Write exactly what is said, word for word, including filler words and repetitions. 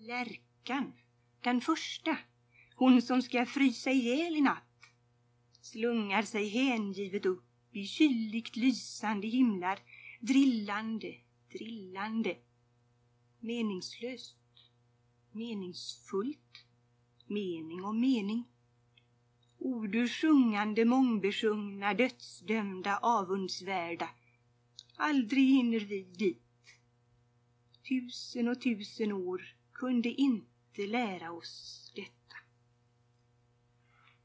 Lärkan, den första, hon som ska frysa ihjäl i natt, slungar sig hängivet upp i kyligt lysande himlar, drillande, drillande. Meningslöst, meningsfullt, mening och mening. Ord ur sjungande, mångbesjungna, dödsdömda, avundsvärda. Aldrig hinner vi dit. Tusen och tusen år kunde inte lära oss detta.